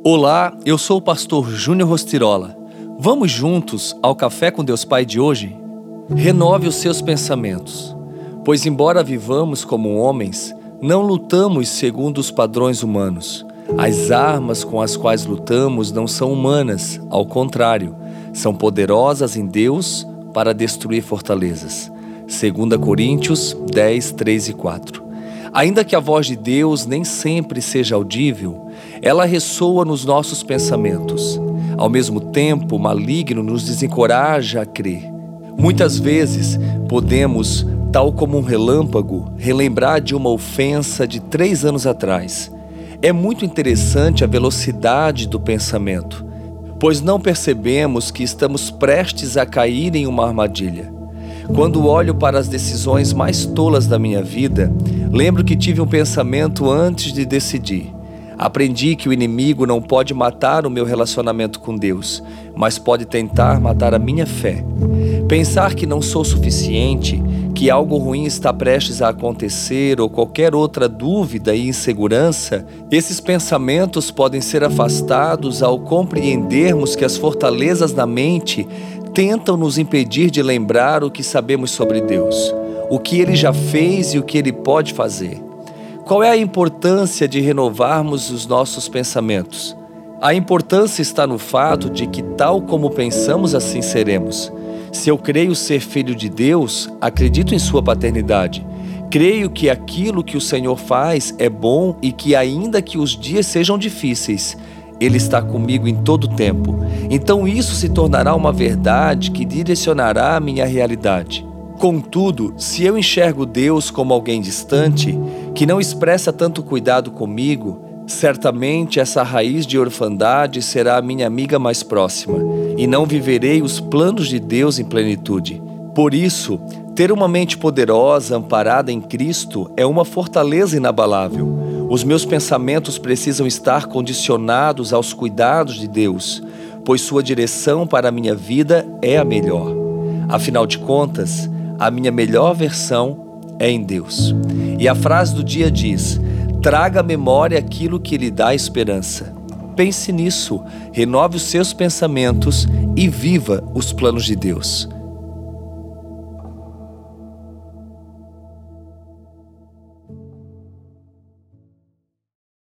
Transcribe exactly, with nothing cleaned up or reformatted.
Olá, eu sou o pastor Júnior Rostirola. Vamos juntos ao Café com Deus Pai de hoje? Renove os seus pensamentos, pois embora vivamos como homens, não lutamos segundo os padrões humanos. As armas com as quais lutamos não são humanas, ao contrário, são poderosas em Deus para destruir fortalezas. Segunda Coríntios dez, três e quatro. Ainda que a voz de Deus nem sempre seja audível, ela ressoa nos nossos pensamentos. Ao mesmo tempo, o maligno nos desencoraja a crer. Muitas vezes, podemos, tal como um relâmpago, relembrar de uma ofensa de três anos atrás. É muito interessante a velocidade do pensamento, pois não percebemos que estamos prestes a cair em uma armadilha. Quando olho para as decisões mais tolas da minha vida, lembro que tive um pensamento antes de decidir. Aprendi que o inimigo não pode matar o meu relacionamento com Deus, mas pode tentar matar a minha fé. Pensar que não sou suficiente, que algo ruim está prestes a acontecer ou qualquer outra dúvida e insegurança, esses pensamentos podem ser afastados ao compreendermos que as fortalezas na mente tentam nos impedir de lembrar o que sabemos sobre Deus, o que Ele já fez e o que Ele pode fazer. Qual é a importância de renovarmos os nossos pensamentos? A importância está no fato de que, tal como pensamos, assim seremos. Se eu creio ser filho de Deus, acredito em sua paternidade. Creio que aquilo que o Senhor faz é bom e que, ainda que os dias sejam difíceis, Ele está comigo em todo o tempo. Então isso se tornará uma verdade que direcionará a minha realidade. Contudo, se eu enxergo Deus como alguém distante, que não expressa tanto cuidado comigo, certamente essa raiz de orfandade será a minha amiga mais próxima, e não viverei os planos de Deus em plenitude. Por isso, ter uma mente poderosa, amparada em Cristo, é uma fortaleza inabalável. Os meus pensamentos precisam estar condicionados aos cuidados de Deus, pois sua direção para a minha vida é a melhor. Afinal de contas, a minha melhor versão é em Deus. E a frase do dia diz: traga à memória aquilo que lhe dá esperança. Pense nisso, renove os seus pensamentos e viva os planos de Deus.